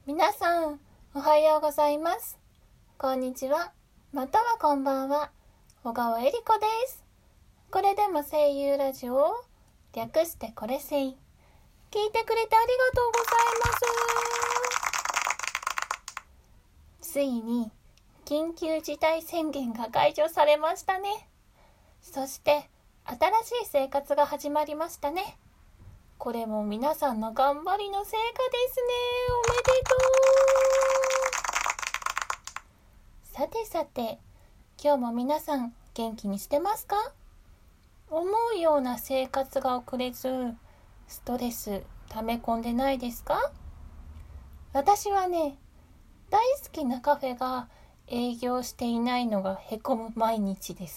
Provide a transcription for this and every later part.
皆さん、おはようございます。こんにちは。またはこんばんは。小川恵理子です。これでも声優ラジオを略してこれせい。聞いてくれてありがとうございます。ついに緊急事態宣言が解除されましたね。そして新しい生活が始まりましたね。これも皆さんの頑張りの成果ですね。おめでとう。さて、今日も皆さん元気にしてますか？思うような生活が送れず、ストレス溜め込んでないですか？私はね、大好きなカフェが営業していないのがへこむ毎日です。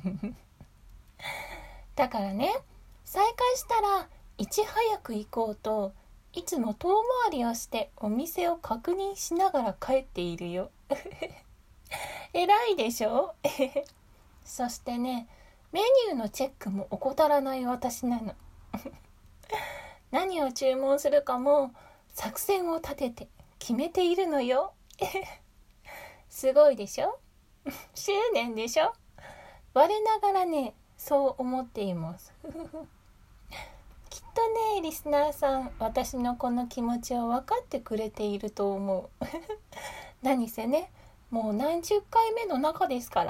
だからね、再開したらいち早く行こうといつも遠回りをしてお店を確認しながら帰っているよ。偉いでしょ。そしてね、メニューのチェックも怠らない私なの。何を注文するかも作戦を立てて決めているのよ。すごいでしょ。執念でしょ。我ながらね、そう思っています。きっとね、リスナーさん、私のこの気持ちを分かってくれていると思う。何せね、もう何十回目の中ですから。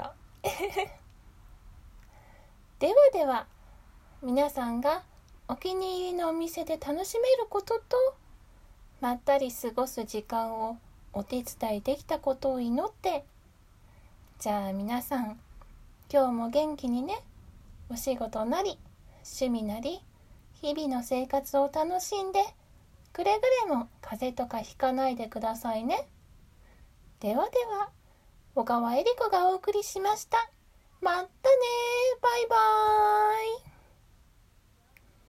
では、皆さんがお気に入りのお店で楽しめることと、まったり過ごす時間をお手伝いできたことを祈って、じゃあ皆さん、今日も元気にね、お仕事なり、趣味なり、日々の生活を楽しんで、くれぐれも風邪とかひかないでくださいね。では、小川恵理子がお送りしました。まったねー。